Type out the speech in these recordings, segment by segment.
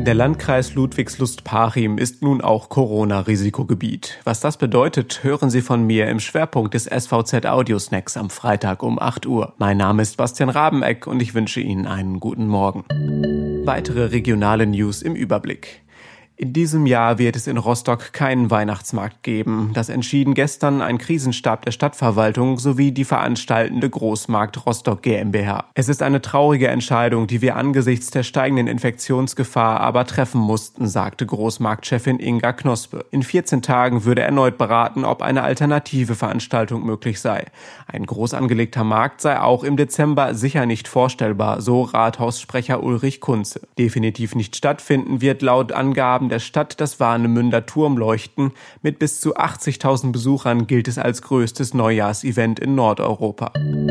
Der Landkreis Ludwigslust-Parchim ist nun auch Corona-Risikogebiet. Was das bedeutet, hören Sie von mir im Schwerpunkt des SVZ Audiosnacks am Freitag um 8 Uhr. Mein Name ist Bastian Rabeneck und ich wünsche Ihnen einen guten Morgen. Weitere regionale News im Überblick. In diesem Jahr wird es in Rostock keinen Weihnachtsmarkt geben. Das entschieden gestern ein Krisenstab der Stadtverwaltung sowie die veranstaltende Großmarkt Rostock GmbH. Es ist eine traurige Entscheidung, die wir angesichts der steigenden Infektionsgefahr aber treffen mussten, sagte Großmarktchefin Inga Knospe. In 14 Tagen würde erneut beraten, ob eine alternative Veranstaltung möglich sei. Ein groß angelegter Markt sei auch im Dezember sicher nicht vorstellbar, so Rathaussprecher Ulrich Kunze. Definitiv nicht stattfinden wird laut Angaben der Stadt das Warnemünder Turmleuchten. Mit bis zu 80.000 Besuchern gilt es als größtes Neujahrsevent in Nordeuropa.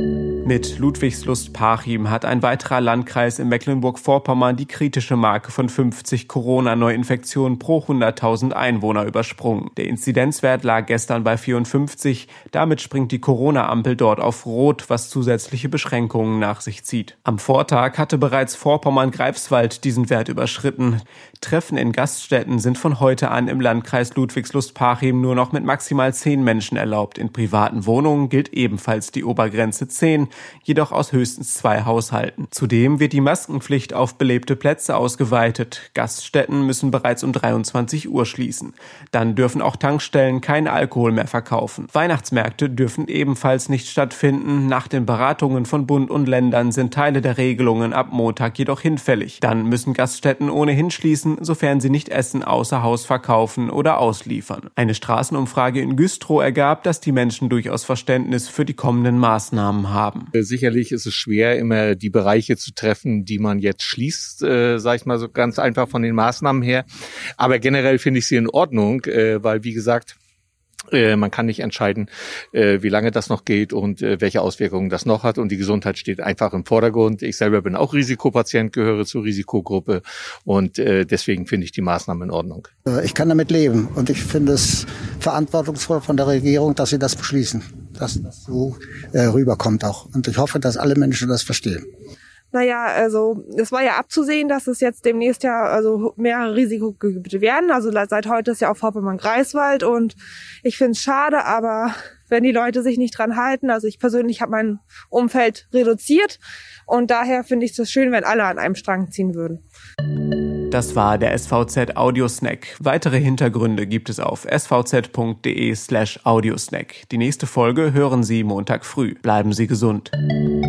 Mit Ludwigslust-Parchim hat ein weiterer Landkreis in Mecklenburg-Vorpommern die kritische Marke von 50 Corona-Neuinfektionen pro 100.000 Einwohner übersprungen. Der Inzidenzwert lag gestern bei 54. Damit springt die Corona-Ampel dort auf Rot, was zusätzliche Beschränkungen nach sich zieht. Am Vortag hatte bereits Vorpommern-Greifswald diesen Wert überschritten. Treffen in Gaststätten sind von heute an im Landkreis Ludwigslust-Parchim nur noch mit maximal 10 Menschen erlaubt. In privaten Wohnungen gilt ebenfalls die Obergrenze 10. Jedoch aus höchstens 2 Haushalten. Zudem wird die Maskenpflicht auf belebte Plätze ausgeweitet. Gaststätten müssen bereits um 23 Uhr schließen. Dann dürfen auch Tankstellen keinen Alkohol mehr verkaufen. Weihnachtsmärkte dürfen ebenfalls nicht stattfinden. Nach den Beratungen von Bund und Ländern sind Teile der Regelungen ab Montag jedoch hinfällig. Dann müssen Gaststätten ohnehin schließen, sofern sie nicht Essen außer Haus verkaufen oder ausliefern. Eine Straßenumfrage in Güstrow ergab, dass die Menschen durchaus Verständnis für die kommenden Maßnahmen haben. Sicherlich ist es schwer, immer die Bereiche zu treffen, die man jetzt schließt, sage ich mal so ganz einfach von den Maßnahmen her. Aber generell finde ich sie in Ordnung, weil wie gesagt, man kann nicht entscheiden, wie lange das noch geht und welche Auswirkungen das noch hat. Und die Gesundheit steht einfach im Vordergrund. Ich selber bin auch Risikopatient, gehöre zur Risikogruppe und deswegen finde ich die Maßnahmen in Ordnung. Ich kann damit leben und ich finde es verantwortungsvoll von der Regierung, dass sie das beschließen, dass das so rüberkommt auch. Und ich hoffe, dass alle Menschen das verstehen. Naja, also es war ja abzusehen, dass es jetzt demnächst ja mehrere Risikogebiete werden. Also seit heute ist ja auch Vorpommern-Greifswald und ich finde es schade, aber wenn die Leute sich nicht dran halten, also ich persönlich habe mein Umfeld reduziert und daher finde ich es schön, wenn alle an einem Strang ziehen würden. Das war der SVZ Audiosnack. Weitere Hintergründe gibt es auf svz.de/audiosnack. Die nächste Folge hören Sie Montag früh. Bleiben Sie gesund.